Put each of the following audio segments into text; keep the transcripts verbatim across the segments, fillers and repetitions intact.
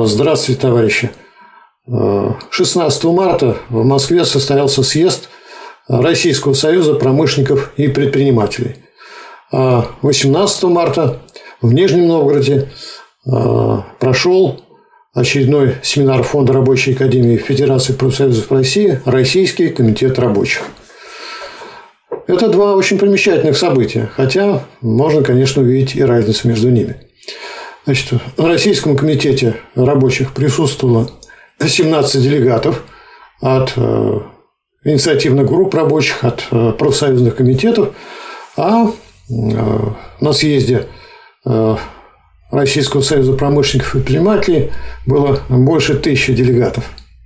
Здравствуйте, товарищи. шестнадцатого марта в Москве состоялся съезд Российского союза промышленников и предпринимателей. А восемнадцатого марта в Нижнем Новгороде прошел очередной семинар Фонда Рабочей Академии Федерации профсоюзов России «Российский комитет рабочих». Это два очень примечательных события, хотя можно, конечно, увидеть и разницу между ними. Значит, в Российском комитете рабочих присутствовало семнадцать делегатов от э, инициативных групп рабочих, от э, профсоюзных комитетов, а э, на съезде э, Российского союза промышленников и предпринимателей было больше тысячи делегатов.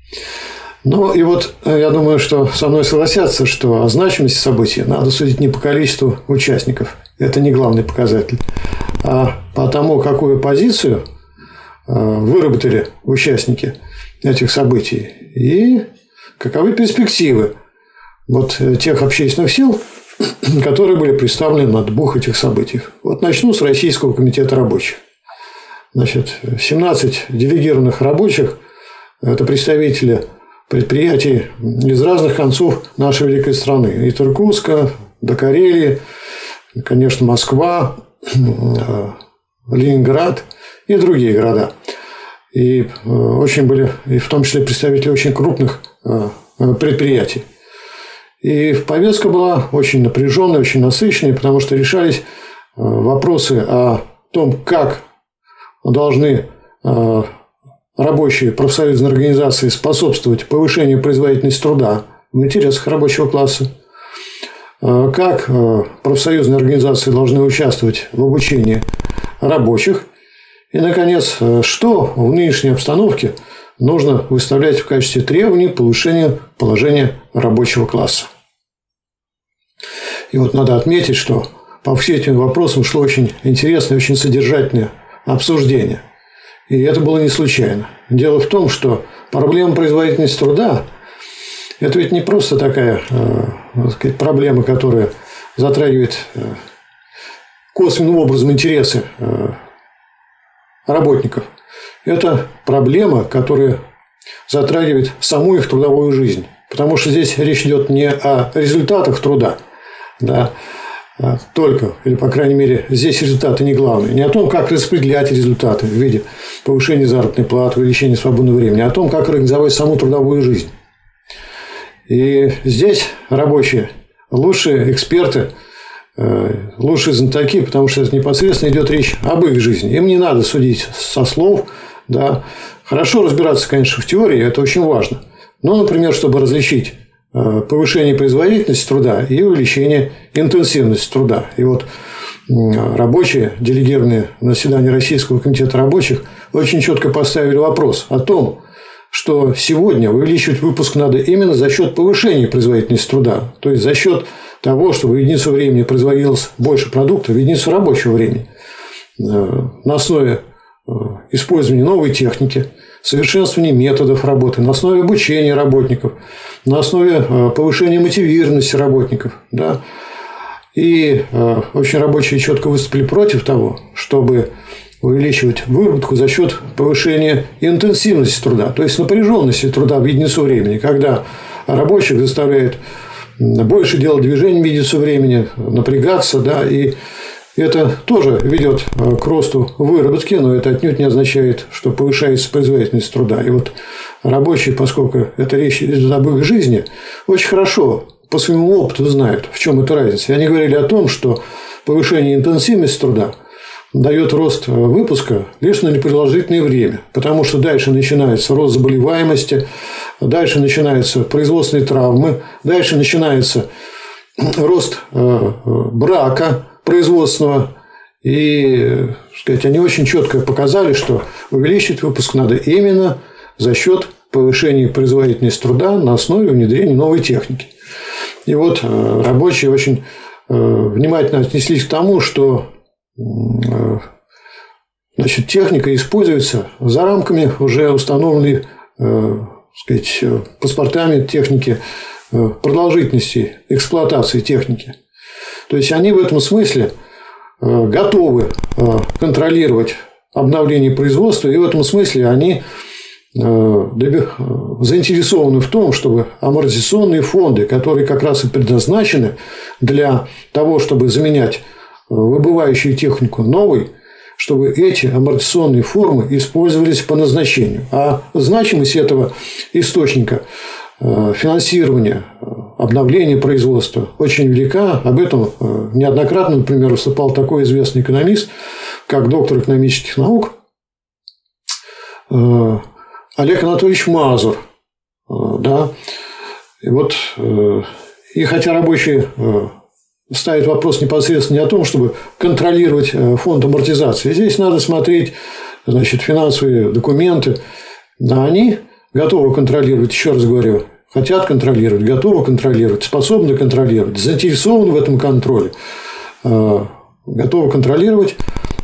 Ну и вот я думаю, что со мной согласятся, что о значимости события надо судить не по количеству участников, это не главный показатель, а по тому, какую позицию выработали участники этих событий и каковы перспективы вот тех общественных сил, которые были представлены на двух этих событиях. Вот начну с Российского комитета рабочих. Значит, семнадцать делегированных рабочих – это представители предприятий из разных концов нашей великой страны. От Иркутска до Карелии, конечно, Москва, Ленинград и другие города. И очень были, и в том числе представители очень крупных предприятий. И повестка была очень напряженная, очень насыщенная, потому что решались вопросы о том, как должны рабочие профсоюзные организации способствовать повышению производительности труда в интересах рабочего класса, как профсоюзные организации должны участвовать в обучении рабочих, и, наконец, что в нынешней обстановке нужно выставлять в качестве требований повышения положения рабочего класса. И вот надо отметить, что по всем этим вопросам шло очень интересное, очень содержательное обсуждение. И это было не случайно. Дело в том, что проблема производительности труда – это ведь не просто такая так сказать, проблема, которая затрагивает косвенным образом интересы работников. Это проблема, которая затрагивает саму их трудовую жизнь. Потому что здесь речь идет не о результатах труда, да, только, или, по крайней мере, здесь результаты не главные. Не о том, как распределять результаты в виде повышения заработной платы, увеличения свободного времени, а о том, как организовать саму трудовую жизнь. И здесь рабочие лучшие эксперты, лучшие знатоки, потому что это непосредственно идет речь об их жизни. Им не надо судить со слов. Да. Хорошо разбираться, конечно, в теории, это очень важно. Но, например, чтобы различить повышение производительности труда и увеличение интенсивности труда. И вот рабочие, делегированные на заседании Российского комитета рабочих, очень четко поставили вопрос о том, что сегодня увеличивать выпуск надо именно за счет повышения производительности труда, то есть за счет того, чтобы в единицу времени производилось больше продукта в единицу рабочего времени на основе использования новой техники, совершенствования методов работы, на основе обучения работников, на основе повышения мотивированности работников. Да? И очень рабочие четко выступили против того, чтобы увеличивать выработку за счет повышения интенсивности труда, то есть напряженности труда в единицу времени, когда рабочих заставляет больше делать движений в единицу времени, напрягаться, да, и это тоже ведет к росту выработки, но это отнюдь не означает, что повышается производительность труда. И вот рабочие, поскольку это речь идет об их жизни, очень хорошо по своему опыту знают, в чем эта разница. И они говорили о том, что повышение интенсивности труда дает рост выпуска лишь на непродолжительное время, потому что дальше начинается рост заболеваемости, дальше начинаются производственные травмы, дальше начинается рост брака производственного. И, так сказать, они очень четко показали, что увеличить выпуск надо именно за счет повышения производительности труда на основе внедрения новой техники. И вот рабочие очень внимательно отнеслись к тому, что значит, техника используется за рамками уже установленной, так сказать, паспортами техники продолжительности эксплуатации техники. То есть они в этом смысле готовы контролировать обновления производства, и в этом смысле они заинтересованы в том, чтобы амортизационные фонды, которые как раз и предназначены для того, чтобы заменять выбывающую технику новой, чтобы эти амортизационные формы использовались по назначению. А значимость этого источника финансирования, обновления производства очень велика. Об этом неоднократно, например, выступал такой известный экономист, как доктор экономических наук Олег Анатольевич Мазур. Да. И, вот, и хотя рабочие ставят вопрос непосредственно не о том, чтобы контролировать фонд амортизации. Здесь надо смотреть, значит, финансовые документы. Да, они готовы контролировать, еще раз говорю, хотят контролировать, готовы контролировать, способны контролировать, заинтересованы в этом контроле, готовы контролировать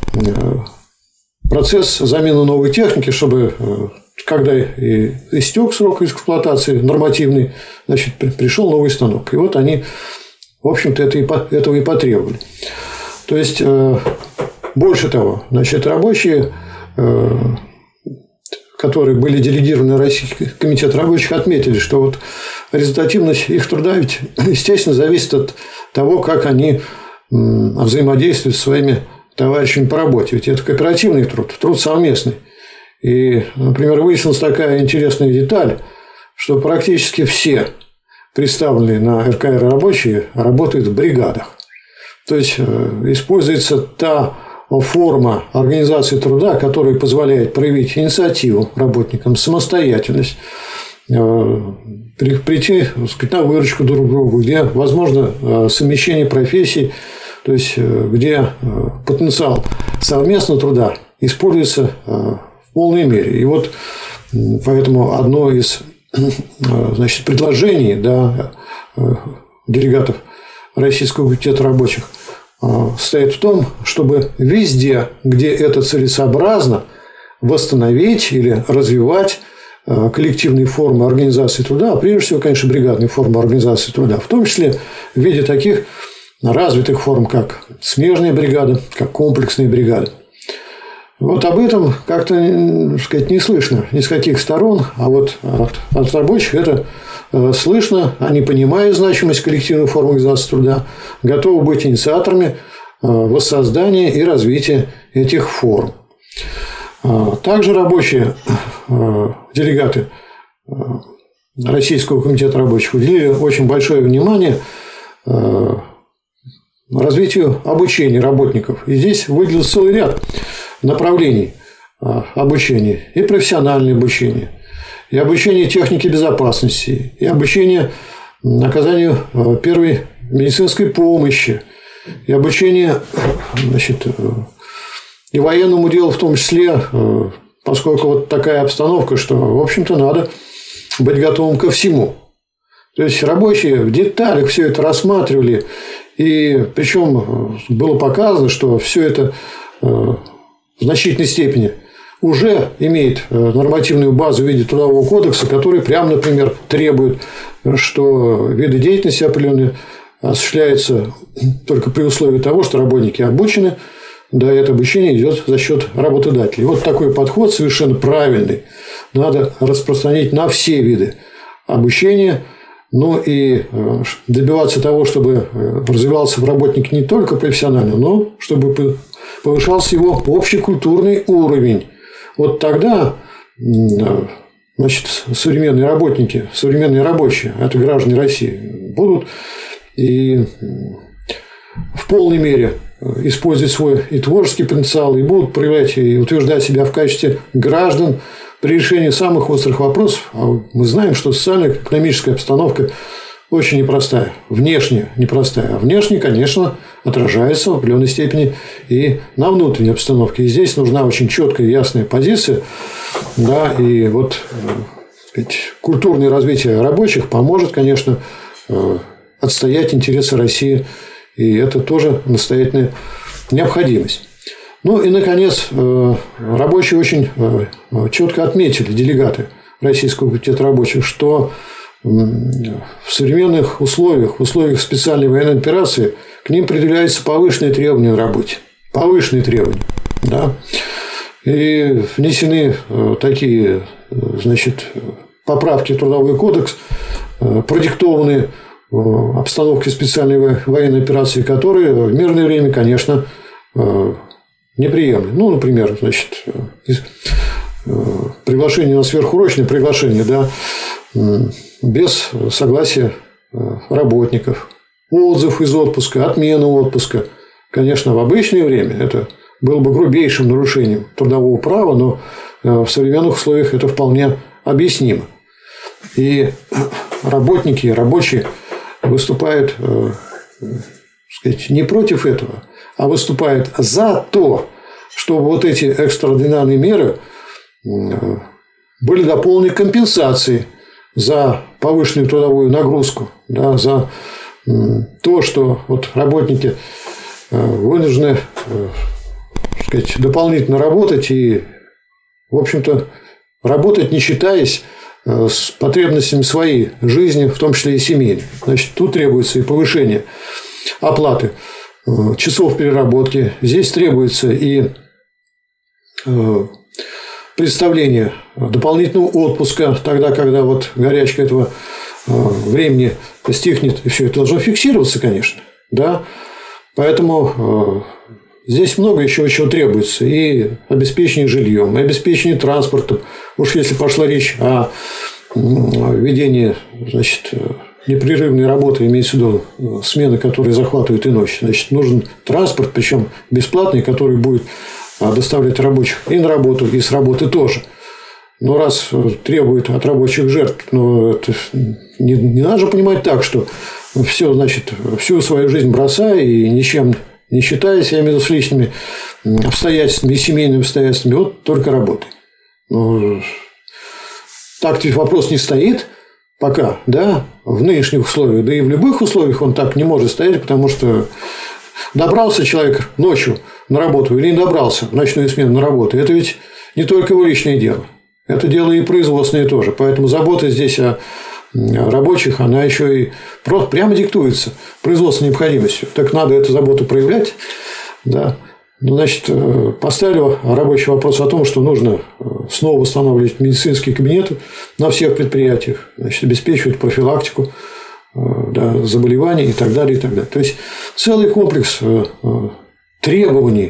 процесс замены новой техники, чтобы, когда и истек срок эксплуатации нормативный, значит, пришел новый станок. И вот они, в общем-то, этого и потребовали. То есть, больше того, значит, рабочие, которые были делегированы в Российский комитет рабочих, отметили, что вот результативность их труда ведь, естественно, зависит от того, как они взаимодействуют со своими товарищами по работе. Ведь это кооперативный труд, труд совместный. И, например, выяснилась такая интересная деталь, что практически все представленные на эр ка эр рабочие работают в бригадах. То есть, используется та форма организации труда, которая позволяет проявить инициативу работникам, самостоятельность, прийти, так сказать, на выручку друг другу, где возможно совмещение профессий, то есть, где потенциал совместного труда используется в полной мере. И вот поэтому одно из, значит, предложений, да, делегатов Российского комитета рабочих состоит в том, чтобы везде, где это целесообразно, восстановить или развивать коллективные формы организации труда, а прежде всего, конечно, бригадные формы организации труда, в том числе в виде таких развитых форм, как смежная бригада, как комплексные бригады. Вот об этом как-то, так сказать, не слышно ни с каких сторон, а вот от, от рабочих это слышно, они понимают значимость коллективной формы организации труда, готовы быть инициаторами воссоздания и развития этих форм. Также рабочие делегаты Российского комитета рабочих уделили очень большое внимание развитию обучения работников. И здесь выделился целый ряд направлений обучения. И профессиональное обучение, и обучение технике безопасности, и обучение оказанию первой медицинской помощи, и обучение, значит, и военному делу в том числе, поскольку вот такая обстановка, что, в общем-то, надо быть готовым ко всему. То есть, рабочие в деталях все это рассматривали, и причем было показано, что все это в значительной степени уже имеет нормативную базу в виде Трудового кодекса, который прямо, например, требует, что виды деятельности определенные осуществляются только при условии того, что работники обучены, да, это обучение идет за счет работодателей. Вот такой подход совершенно правильный. Надо распространить на все виды обучения, ну и добиваться того, чтобы развивался работник не только профессионально, но чтобы повышался его общекультурный уровень. Вот тогда, значит, современные работники, современные рабочие, это граждане России, будут и в полной мере использовать свой и творческий потенциал, и будут проявлять и утверждать себя в качестве граждан при решении самых острых вопросов. А мы знаем, что социально-экономическая обстановка очень непростая, внешне непростая. А внешне, конечно, отражается в определенной степени и на внутренней обстановке. И здесь нужна очень четкая и ясная позиция. Да, и вот, так сказать, культурное развитие рабочих поможет, конечно, отстоять интересы России. И это тоже настоятельная необходимость. Ну и, наконец, рабочие очень четко отметили, делегаты Российского комитета рабочих, что в современных условиях, в условиях специальной военной операции, к ним предъявляются повышенные требования на работе. Повышенные требования. Да? И внесены такие, значит, поправки в Трудовой кодекс, продиктованные обстановкой специальной военной операции, которые в мирное время, конечно, неприемлемы. Ну, например, значит, приглашение на сверхурочное приглашение, да, без согласия работников, отзыв из отпуска, отмена отпуска. Конечно, в обычное время это было бы грубейшим нарушением трудового права, но в современных условиях это вполне объяснимо. И работники, рабочие выступают, так сказать, не против этого, а выступают за то, чтобы вот эти экстраординарные меры были дополнены компенсацией за повышенную трудовую нагрузку, да, за то, что вот работники вынуждены, так сказать, дополнительно работать и, в общем-то, работать, не считаясь с потребностями своей жизни, в том числе и семейной. Значит, тут требуется и повышение оплаты часов переработки. Здесь требуется и представление дополнительного отпуска, тогда, когда вот горячка этого времени стихнет, и все это должно фиксироваться, конечно. Да? Поэтому здесь много еще чего требуется. И обеспечение жильем, и обеспечение транспортом. Уж если пошла речь о ведении, значит, непрерывной работы, имеется в виду смены, которые захватывают и ночь, значит, нужен транспорт, причем бесплатный, который будет доставлять рабочих и на работу, и с работы тоже. Но раз требует от рабочих жертв, ну, это не, не надо же понимать так, что все, значит, всю свою жизнь бросая и ничем не считаясь, я имею в виду, с личными обстоятельствами и семейными обстоятельствами, вот только работай. Ну, так ведь вопрос не стоит пока, да, в нынешних условиях, да и в любых условиях он так не может стоять, потому что добрался человек ночью на работу или не добрался в ночную смену на работу, это ведь не только его личное дело, это дело и производственное тоже. Поэтому забота здесь о рабочих, она еще и просто прямо диктуется производственной необходимостью. Так надо эту заботу проявлять. Да. Ну, значит, поставили рабочий вопрос о том, что нужно снова восстанавливать медицинские кабинеты на всех предприятиях, значит, обеспечивать профилактику, да, заболеваний и так далее, и так далее. То есть целый комплекс требований,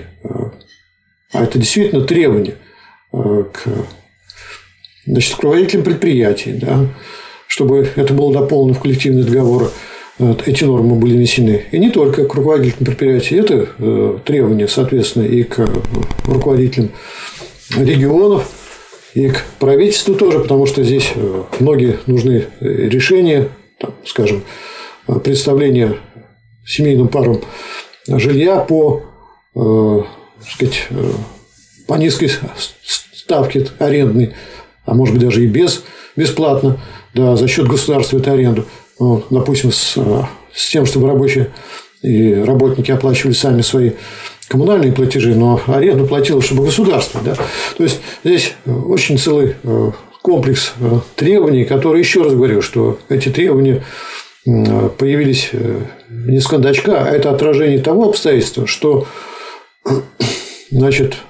а это действительно требования к, значит, к руководителям предприятий, да, чтобы это было дополнено в коллективные договоры, эти нормы были внесены. И не только к руководителям предприятий, это требования, соответственно, и к руководителям регионов, и к правительству тоже, потому что здесь многие нужны решения, там, скажем, представление семейным парам жилья по, э, сказать, по низкой ставке арендной, а может быть даже и без, бесплатно, да, за счет государства эту аренду, ну, допустим, с, с тем, чтобы рабочие и работники оплачивали сами свои коммунальные платежи, но аренду платило, чтобы государство. Да? То есть здесь очень целый комплекс требований, которые, еще раз говорю, что эти требования появились не с кондачка, а это отражение того обстоятельства, что, значит,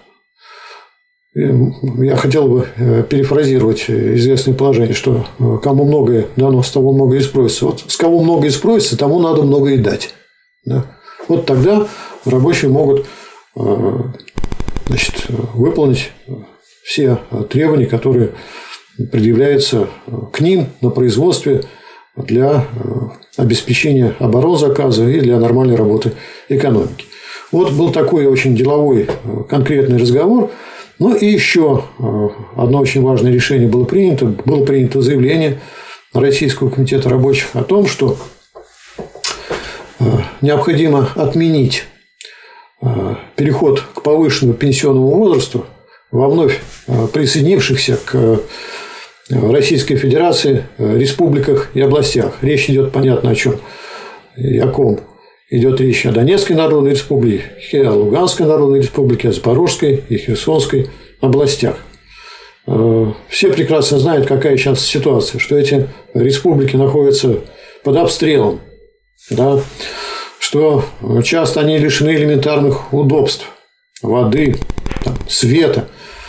я хотел бы перефразировать известное положение, что кому многое дано, с того многое и спросится. Вот с кого многое спросится, тому надо многое и дать. Да? Вот тогда рабочие могут, значит, выполнить все требования, которые предъявляются к ним на производстве для обеспечения оборонзаказа и для нормальной работы экономики. Вот был такой очень деловой конкретный разговор. Ну и еще одно очень важное решение было принято. Было принято заявление Российского комитета рабочих о том, что необходимо отменить переход к повышенному пенсионному возрасту во вновь присоединившихся к Российской Федерации республиках и областях. Речь идет, понятно, о чем и о ком. Идет речь о Донецкой Народной Республике, о Луганской Народной Республике, о Запорожской и Херсонской областях. Все прекрасно знают, какая сейчас ситуация, что эти республики находятся под обстрелом, да, что часто они лишены элементарных удобств, воды, там, света.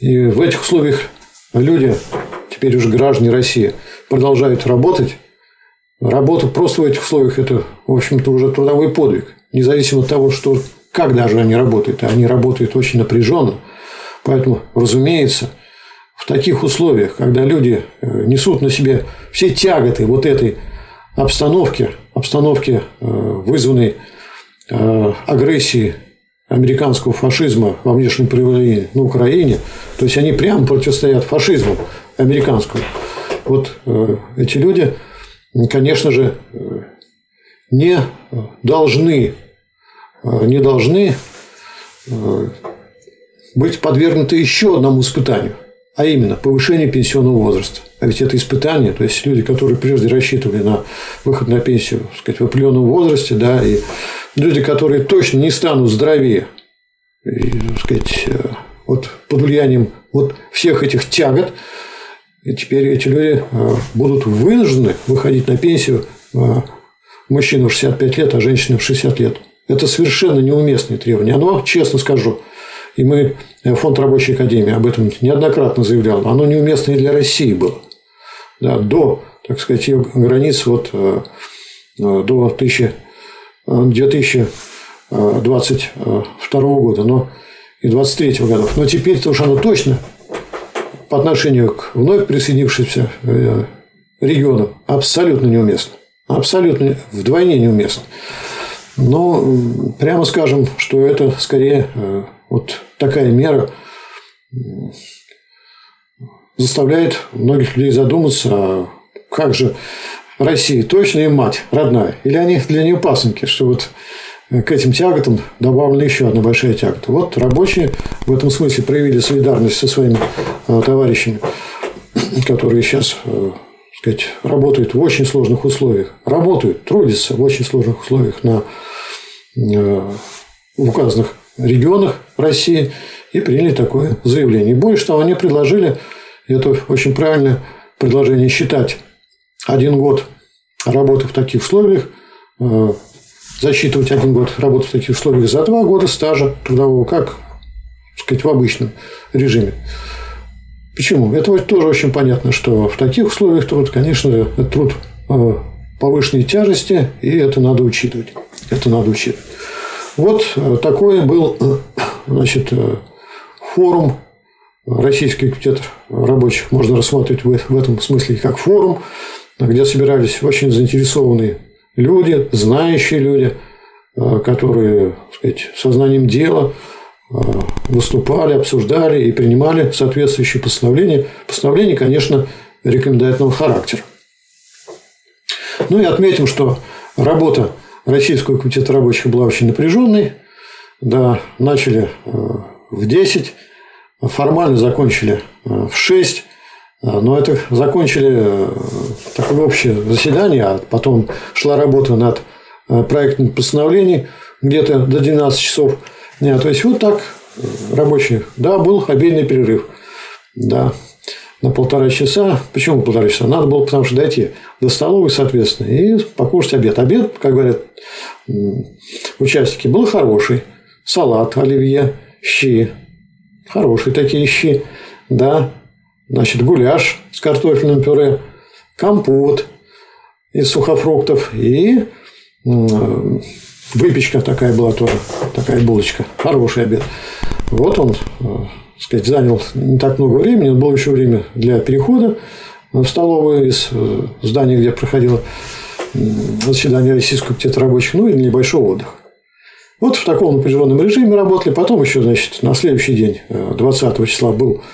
И в этих условиях люди, теперь уже граждане России, продолжают работать. Работа просто в этих условиях – это, в общем-то, уже трудовой подвиг. Независимо от того, что, как даже они работают. Они работают очень напряженно. Поэтому, разумеется, в таких условиях, когда люди несут на себе все тяготы вот этой обстановки, обстановки, вызванной агрессией американского фашизма во внешнем проявлении на Украине, то есть они прямо противостоят фашизму американскому. Вот эти люди, конечно же, не должны, не должны быть подвергнуты еще одному испытанию, а именно повышение пенсионного возраста. А ведь это испытание, то есть люди, которые прежде рассчитывали на выход на пенсию, так сказать, в определенном возрасте, да, и люди, которые точно не станут здоровее, и, так сказать, вот под влиянием вот всех этих тягот, и теперь эти люди будут вынуждены выходить на пенсию, мужчина в шестьдесят пять лет, а женщина в шестьдесят лет. Это совершенно неуместные требования. Оно, честно скажу, и мы, Фонд Рабочей Академии об этом неоднократно заявлял, оно неуместно и для России было. Да, до, так сказать, ее границ вот, до две тысячи двадцать второго года, но и двадцать третьего года. Но теперь-то уж оно точно по отношению к вновь присоединившимся регионам абсолютно неуместно. Абсолютно вдвойне неуместно. Но прямо скажем, что это скорее вот такая мера заставляет многих людей задуматься, а как же Россия точно им мать родная, или они для нее пасынки, что вот к этим тяготам добавлена еще одна большая тягота. Вот рабочие в этом смысле проявили солидарность со своими товарищами, которые сейчас, так сказать, работают в очень сложных условиях, работают, трудятся в очень сложных условиях на в указанных регионах России и приняли такое заявление. И больше того, они предложили, и это очень правильное предложение, считать один год работы в таких условиях, засчитывать один год работы в таких условиях за два года стажа трудового, как, так сказать, в обычном режиме. Почему? Это тоже очень понятно, что в таких условиях труд, конечно, это труд повышенной тяжести, и это надо учитывать. Это надо учитывать. Вот такой был, значит, форум. Российский комитет рабочих можно рассматривать в этом смысле как форум, где собирались очень заинтересованные люди, знающие люди, которые, так сказать, сознанием дела выступали, обсуждали и принимали соответствующие постановления. Постановления, конечно, рекомендательного характера. Ну и отметим, что работа Российского комитета рабочих была очень напряженной. Да, начали в десять, формально закончили в шесть, но это закончили такое общее заседание, а потом шла работа над проектом постановлений где-то до двенадцати часов дня. То есть вот так рабочие. Да, был обеденный перерыв. Да, на полтора часа. Почему полтора часа? Надо было, потому что дойти до столовой, соответственно, и покушать обед. Обед, как говорят участники, был хороший. Салат, оливье, щи. Хорошие такие щи. Да. Значит, гуляш с картофельным пюре, компот из сухофруктов и выпечка такая была тоже, такая булочка. Хороший обед. Вот он, так сказать, занял не так много времени, но было еще время для перехода в столовую из здания, где проходило заседание Российского комитета рабочих, ну и для небольшого отдыха. Вот в таком напряженном режиме работали. Потом еще, значит, на следующий день, двадцатого числа, был,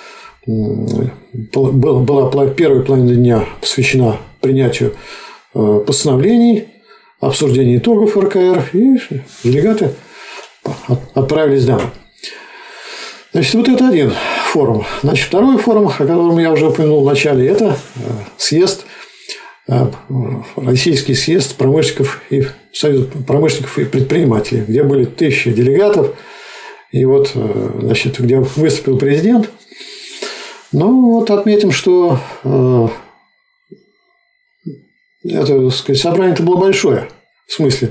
была первая половина дня посвящена принятию постановлений, обсуждению итогов эр ка эр, и делегаты отправились домой. Значит, вот это один форум. Значит, второй форум, о котором я уже упомянул в начале, это съезд, Российский съезд промышленников и Союз промышленников и предпринимателей, где были тысячи делегатов, и вот, значит, где выступил президент. Ну, вот отметим, что это, так сказать, собрание-то было большое, в смысле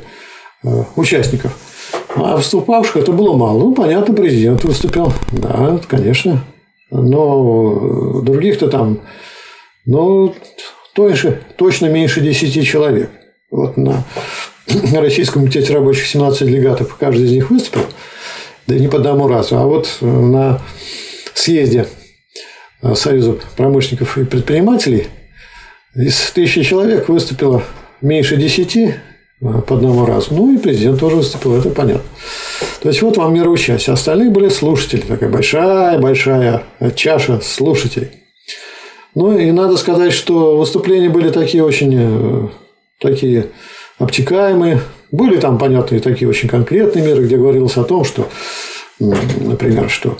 участников. А выступавших это было мало. Ну, понятно, президент выступил. Да, конечно. но других-то там, ну, точно, точно меньше десяти человек. Вот на Российском комитете рабочих семнадцать делегатов, каждый из них выступил, да не по одному разу. А вот на съезде Союза промышленников и предпринимателей из тысячи человек выступило меньше десяти по одному разу. Ну, и президент тоже выступил, это понятно. То есть, вот вам мироучастие. Остальные были слушатели. Такая большая-большая чаша слушателей. Ну, и надо сказать, что выступления были такие очень такие обтекаемые. Были там, понятно, и такие очень конкретные меры, где говорилось о том, что, например, что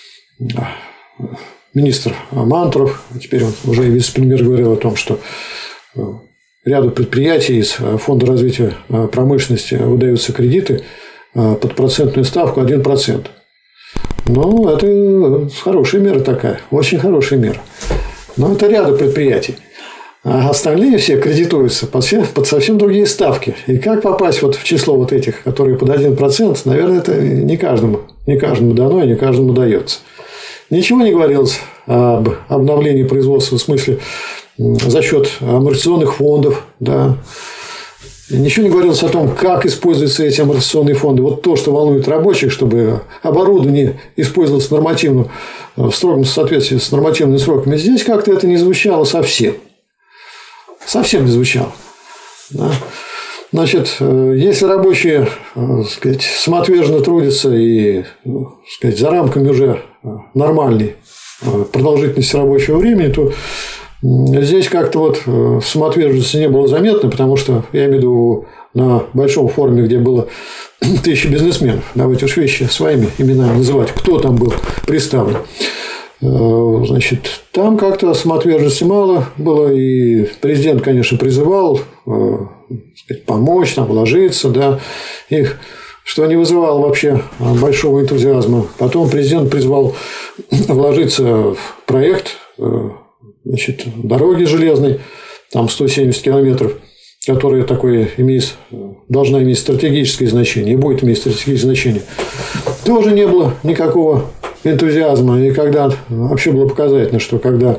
министр Мантуров, теперь он уже и вице-премьер, говорил о том, что ряду предприятий из Фонда развития промышленности выдаются кредиты под процентную ставку один процент. Ну, это хорошая мера такая, очень хорошая мера. Но это ряду предприятий. А остальные все кредитуются под, все, под совсем другие ставки. И как попасть вот в число вот этих, которые под один процент, наверное, это не каждому, не каждому дано и не каждому дается. Ничего не говорилось об обновлении производства в смысле за счет амортизационных фондов. Да. Ничего не говорилось о том, как используются эти амортизационные фонды. Вот то, что волнует рабочих, чтобы оборудование использовалось нормативно, в строгом соответствии с нормативными сроками. Здесь как-то это не звучало совсем. Совсем не звучало. Да. Значит, если рабочие, так сказать, самоотверженно трудятся и, так сказать, за рамками уже нормальной продолжительности рабочего времени, то здесь как-то вот самоотверженности не было заметно, потому что, я имею в виду, на большом форуме, где было тысячи бизнесменов, давайте уж вещи своими именами называть, кто там был представлен. Значит, там как-то самоотверженности мало было, и президент, конечно, призывал сказать, помочь, там, вложиться, да, их, что не вызывало вообще большого энтузиазма. Потом президент призвал вложиться в проект, значит, дороги железной, там сто семьдесят километров, которая такое имеет, должна иметь стратегическое значение и будет иметь стратегическое значение. Тоже не было никакого энтузиазма. И когда вообще было показательно, что когда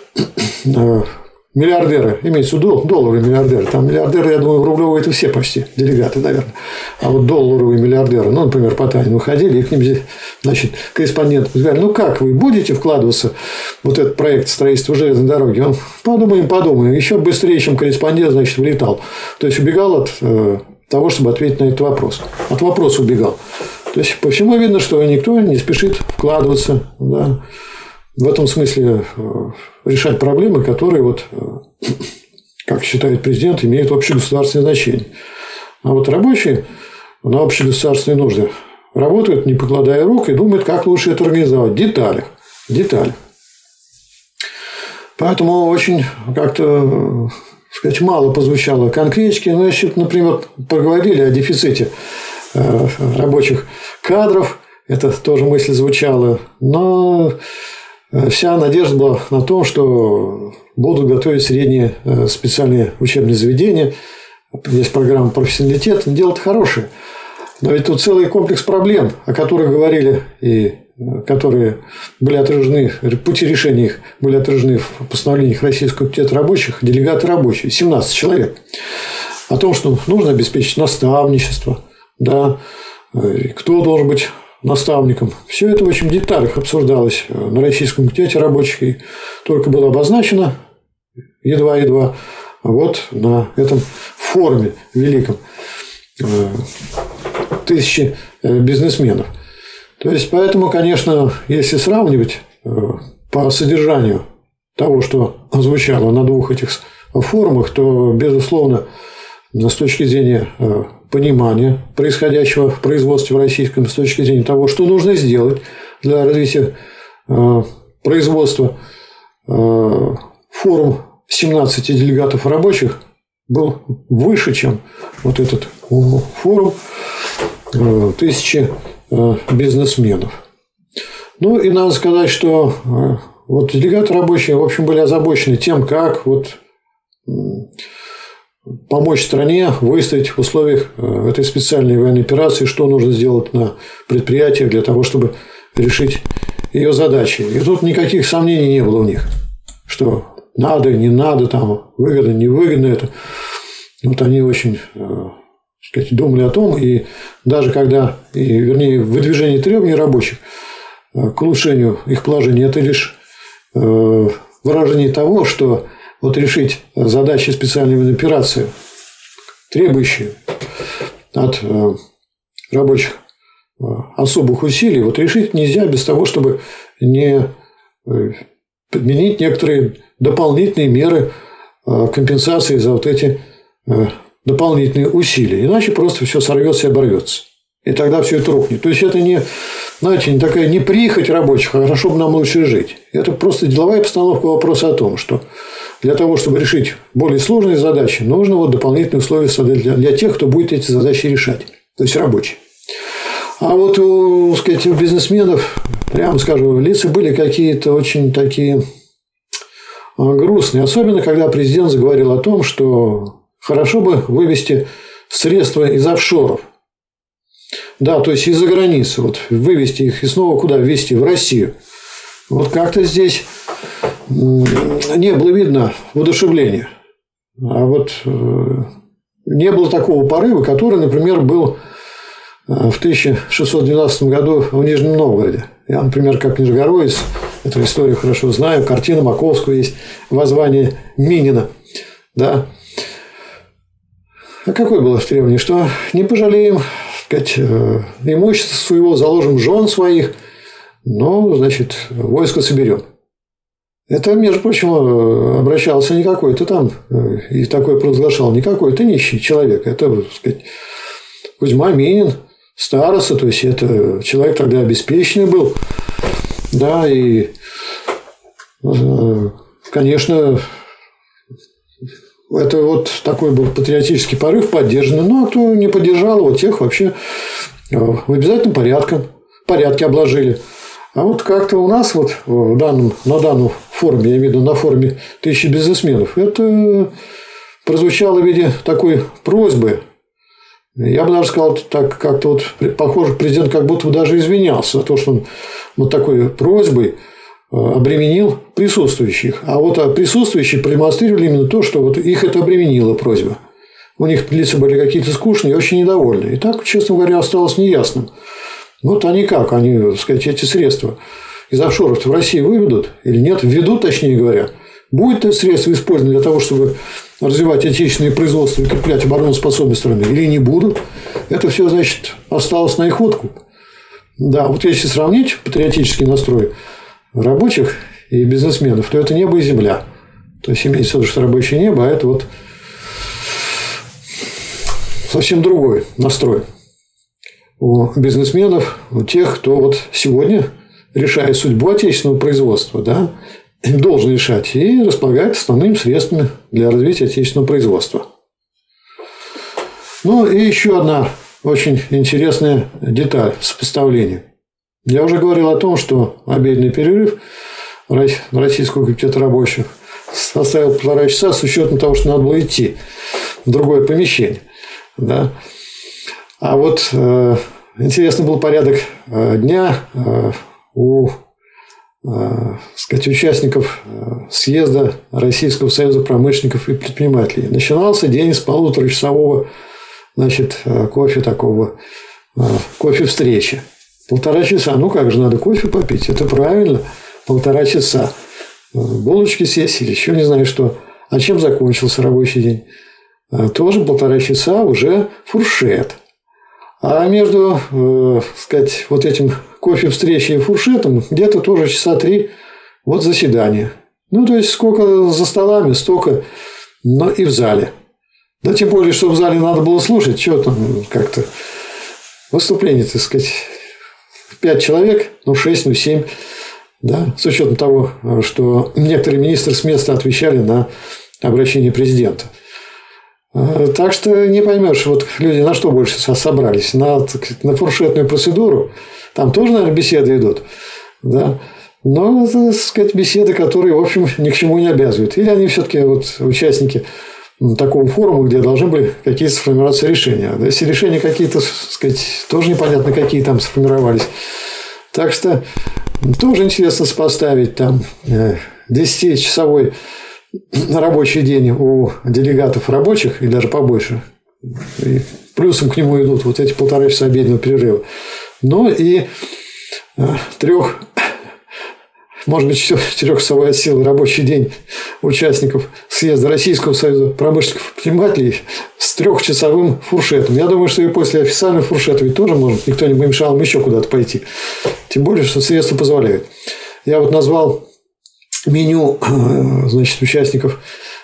миллиардеры, имеется в виду долларовые миллиардеры, там миллиардеры, я думаю, рублевые это все почти, делегаты, наверное, а вот долларовые миллиардеры, ну, например, Потанин, выходили, и к ним, значит, корреспонденты сказали, ну, как вы будете вкладываться в вот этот проект строительства железной дороги? Он, подумаем, подумаем, еще быстрее, чем корреспондент, значит, влетал. То есть, убегал от того, чтобы ответить на этот вопрос. От вопроса убегал. То есть, по всему видно, что никто не спешит вкладываться, да, в этом смысле решать проблемы, которые, вот, как считает президент, имеют общегосударственное значение. А вот рабочие на общегосударственные нужды работают, не покладая рук, и думают, как лучше это организовать. В деталях. В деталях. Поэтому очень как-то, сказать, мало позвучало конкретики. Ну, если, например, поговорили о дефиците рабочих кадров, это тоже мысль звучала, но вся надежда была на том, что будут готовить средние специальные учебные заведения, есть программа профессионалитет, дело-то хорошее. Но ведь тут целый комплекс проблем, о которых говорили и которые были отражены, пути решения их были отражены в постановлениях Российского комитета рабочих, делегаты рабочие, семнадцать человек. О том, что нужно обеспечить наставничество, да, кто должен быть наставником. Все это в очень деталях обсуждалось на Российском комитете рабочих, и только было обозначено едва-едва вот на этом форуме великом тысячи бизнесменов. То есть, поэтому, конечно, если сравнивать по содержанию того, что звучало на двух этих форумах, то, безусловно, с точки зрения понимания происходящего в производстве в российском, с точки зрения того, что нужно сделать для развития производства, форум семнадцати делегатов рабочих был выше, чем вот этот форум тысячи бизнесменов. Ну, и надо сказать, что вот делегаты рабочие, в общем, были озабочены тем, как вот помочь стране выстоять в условиях этой специальной военной операции, что нужно сделать на предприятиях для того, чтобы решить ее задачей. И тут никаких сомнений не было у них, что надо, не надо, там, выгодно, невыгодно это. Вот они очень, так сказать, думали о том, и даже когда, и, вернее, выдвижение требований рабочих к улучшению их положения, это лишь выражение того, что вот решить задачи специальной военной операции, требующие от рабочих особых усилий, вот решить нельзя без того, чтобы не подменить некоторые дополнительные меры компенсации за вот эти дополнительные усилия. Иначе просто все сорвется и оборвется. И тогда все это рухнет. То есть это не, знаете, не такая не прихоть рабочих, а хорошо бы нам лучше жить. Это просто деловая постановка вопроса о том, что для того, чтобы решить более сложные задачи, нужно вот дополнительные условия для, для тех, кто будет эти задачи решать. То есть рабочие. А вот у, так сказать, у бизнесменов, прямо скажу, лица были какие-то очень такие грустные. Особенно, когда президент заговорил о том, что хорошо бы вывести средства из офшоров. Да, то есть из-за границы. Вот вывести их и снова куда ввести? В Россию. Вот как-то здесь не было видно воодушевления. А вот не было такого порыва, который, например, был в тысяча шестьсот двенадцатом году в Нижнем Новгороде. Я, например, как нижегородец, эту историю хорошо знаю. Картина Маковского есть, воззвание Минина. Да. А какое было требование? Что не пожалеем, так сказать, имущество своего, заложим жен своих, но, значит, войско соберем. Это, между прочим, обращался не какой-то там, и такой провозглашал не какой-то нищий человек. Это, так сказать, Кузьма Минин, староста, то есть это человек тогда обеспеченный был. Да, и, конечно, это вот такой был патриотический порыв, поддержанный. Ну, а кто не поддержал его, тех вообще в обязательном порядке, порядке обложили. А вот как-то у нас вот в данном, на данном форуме, я имею в виду на форуме тысячи бизнесменов, это прозвучало в виде такой просьбы. Я бы даже сказал, так как-то вот похоже, президент как будто бы даже извинялся за то, что он вот такой просьбой обременил присутствующих. А вот присутствующие продемонстрировали именно то, что вот их это обременила просьба. У них лица были какие-то скучные и очень недовольные. И так, честно говоря, осталось неясным. Вот они как, они, так сказать, эти средства из офшоров в России выведут или нет, введут, точнее говоря. Будет это средство использовано для того, чтобы развивать отечественное производство и укреплять обороноспособность страны, или не будут. Это все, значит, осталось на их откуп. Да, вот если сравнить патриотический настрой рабочих и бизнесменов, то это небо и земля. То есть имеется в виду, что рабочее небо, а это вот совсем другой настрой у бизнесменов, у тех, кто вот сегодня решает судьбу отечественного производства, да, должен решать и располагает основными средствами для развития отечественного производства. Ну и еще одна очень интересная деталь сопоставления. Я уже говорил о том, что обеденный перерыв Российского комитета рабочих составил полтора часа с учетом того, что надо было идти в другое помещение. Да. А вот э, интересный был порядок э, дня э, у э, сказать, участников э, съезда Российского союза промышленников и предпринимателей. Начинался день с полуторачасового, значит, кофе такого, э, кофе встречи. Полтора часа. Ну, как же, надо кофе попить. Это правильно. Полтора часа. Булочки съесть или еще не знаю что. А чем закончился рабочий день? Тоже полтора часа уже фуршет. А между, э, сказать, вот этим кофе встречей и фуршетом где-то тоже часа три вот заседание. Ну, то есть, сколько за столами, столько, но и в зале. Да тем более, что в зале надо было слушать. Что там как-то выступление, так сказать, пять человек, ну, шесть, ну, семь. Да, с учетом того, что некоторые министры с места отвечали на обращение президента. Так что не поймешь, вот люди на что больше собрались? На, на фуршетную процедуру. Там тоже, наверное, беседы идут. Да? Но, так сказать, беседы, которые, в общем, ни к чему не обязывают. Или они все-таки вот участники такого форума, где должны были какие-то сформироваться решения. А если решения какие-то, так сказать, тоже непонятно, какие там сформировались. Так что Тоже интересно сопоставить там десятичасовой рабочий день у делегатов рабочих, и даже побольше. И плюсом к нему идут вот эти полтора часа обеденного перерыва. Ну и трех, может быть, четырехчасовой от силы рабочий день участников съезда Российского союза промышленников и предпринимателей с трехчасовым фуршетом. Я думаю, что и после официального фуршета ведь тоже может, никто не помешал им еще куда-то пойти. Тем более, что средства позволяют. Я вот назвал меню, значит, участников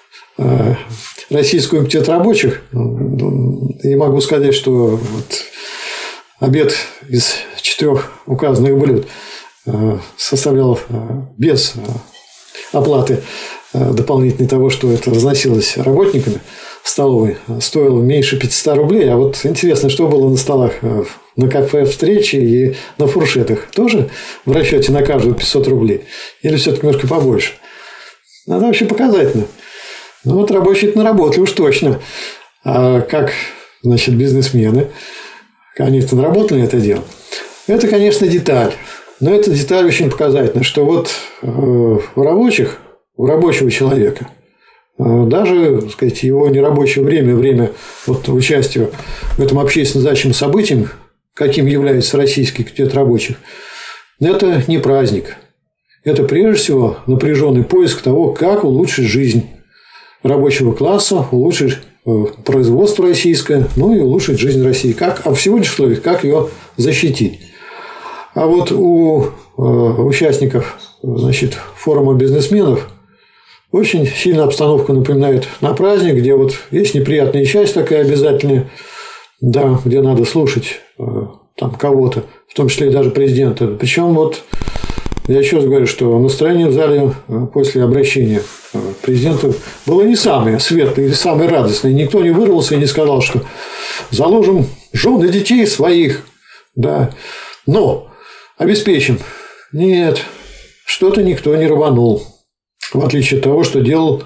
Российского комитета рабочих. И могу сказать, что вот обед из четырех указанных блюд составлял без оплаты дополнительной того, что это разносилось работниками столовой, стоило меньше пятьсот рублей. А вот интересно, что было на столах на кафе встречи и на фуршетах. Тоже в расчете на каждую пятьсот рублей? Или все-таки немножко побольше? Надо вообще показательно. Ну, вот рабочие-то наработали уж точно. А как, значит, бизнесмены, они-то наработали это дело. Это, конечно, деталь. Но эта деталь очень показательна, что вот у рабочих, у рабочего человека, даже, так сказать, его нерабочее время, время вот участия в этом общественно значимом событии, каким является Российский комитет рабочих, это не праздник. Это, прежде всего, напряженный поиск того, как улучшить жизнь рабочего класса, улучшить производство российское, ну и улучшить жизнь России. Как, а в сегодняшних условиях, как ее защитить. А вот у э, участников, значит, форума бизнесменов очень сильно обстановка напоминает на праздник, где вот есть неприятная часть такая обязательная, да, где надо слушать э, там кого-то, в том числе и даже президента. Причем вот я еще раз говорю, что настроение в зале после обращения президента было не самое светлое и самое радостное. Никто не вырвался и не сказал, что заложим жены детей своих, да, но обеспечим. Нет, что-то никто не рванул. В отличие от того, что делал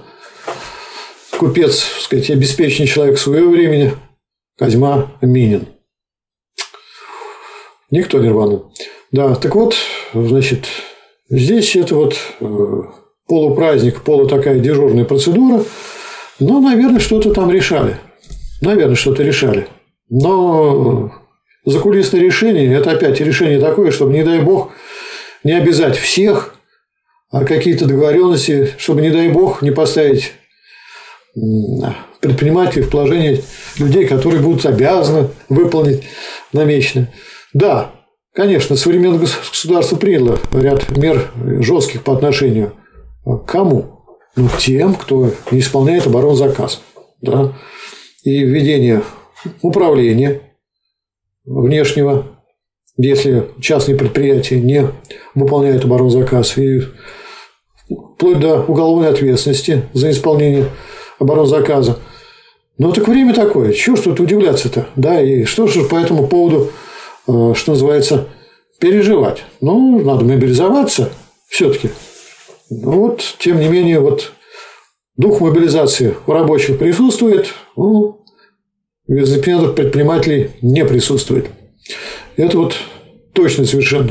купец, так сказать, обеспеченный человек своего времени Козьма Минин. Никто не рванул. Да, так вот, значит, здесь это вот полупраздник, полу такая дежурная процедура. Но, наверное, что-то там решали. Наверное, что-то решали. Но закулисное решение – это опять решение такое, чтобы, не дай бог, не обязать всех, а какие-то договоренности, чтобы, не дай бог, не поставить предпринимателей в положение людей, которые будут обязаны выполнить намеченное. Да, конечно, современное государство приняло ряд мер жестких по отношению к кому? Ну, к тем, кто не исполняет оборонзаказ. Да? И введение управления внешнего, если частные предприятия не выполняют оборонзаказ, и вплоть до уголовной ответственности за исполнение оборонзаказа. Ну, так время такое. Чего ж тут удивляться-то? Да, и что же по этому поводу, что называется, переживать? Ну, надо мобилизоваться все-таки. Ну, вот, тем не менее, вот дух мобилизации у рабочих присутствует, ну, у бизнесменов, предпринимателей не присутствует. Это вот точно совершенно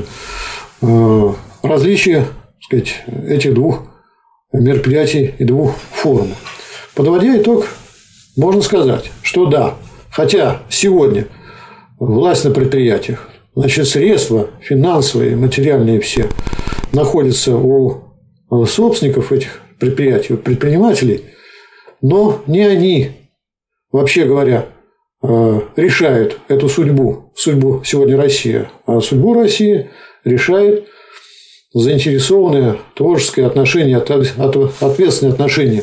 различие, так сказать, этих двух мероприятий и двух форумов. Подводя итог, можно сказать, что да, хотя сегодня власть на предприятиях, значит, средства финансовые, материальные все находятся у собственников этих предприятий, у предпринимателей, но не они, вообще говоря, решают эту судьбу, судьбу сегодня России, а судьбу России решает заинтересованное творческое отношение, ответственное отношение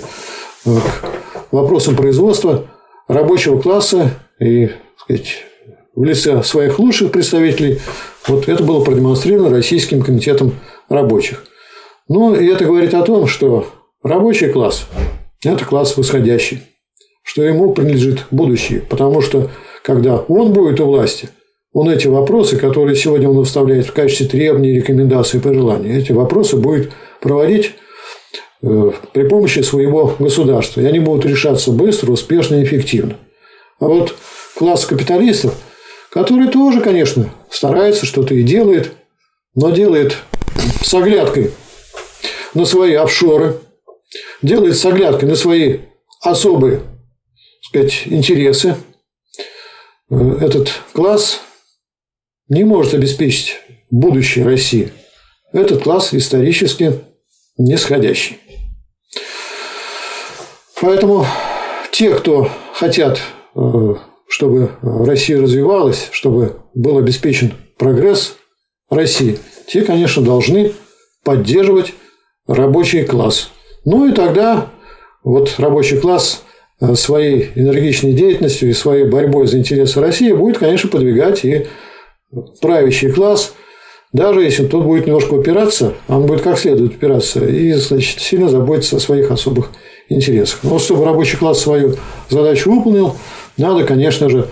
к вопросам производства рабочего класса и, так сказать, в лице своих лучших представителей. Вот это было продемонстрировано Российским комитетом рабочих. Ну, и это говорит о том, что рабочий класс – это класс восходящий, что ему принадлежит будущее, потому что, когда он будет у власти, он эти вопросы, которые сегодня он выставляет в качестве требований, рекомендаций и пожеланий, эти вопросы будет проводить при помощи своего государства. И они будут решаться быстро, успешно и эффективно. А вот класс капиталистов, который тоже, конечно, старается, что-то и делает, но делает с оглядкой на свои офшоры, делает с оглядкой на свои особые, так сказать, интересы, этот класс не может обеспечить будущее России. Этот класс исторически нисходящий. Поэтому те, кто хотят, чтобы Россия развивалась, чтобы был обеспечен прогресс России, те, конечно, должны поддерживать рабочий класс. Ну и тогда вот рабочий класс своей энергичной деятельностью и своей борьбой за интересы России будет, конечно, подвигать и правящий класс, даже если тот будет немножко упираться, он будет как следует упираться и, значит, сильно заботиться о своих особых интересах. Но чтобы рабочий класс свою задачу выполнил, надо, конечно же,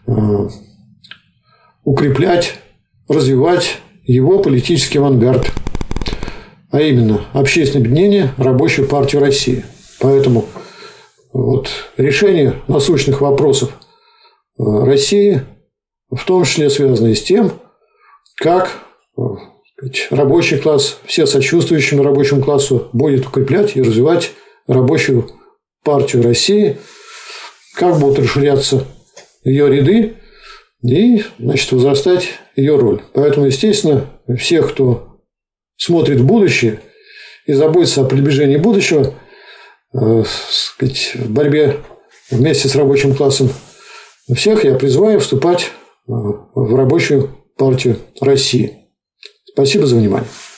укреплять, развивать его политический авангард, а именно общественное объединение «Рабочую партию России». Поэтому вот решение насущных вопросов России в том числе связано и с тем, как рабочий класс, все сочувствующими рабочему классу будет укреплять и развивать рабочую партию России, как будут расширяться ее ряды и, значит, возрастать ее роль. Поэтому, естественно, всех, кто смотрит в будущее и заботится о приближении будущего, э, сказать, в борьбе вместе с рабочим классом, всех я призываю вступать в рабочую партию России. Спасибо за внимание.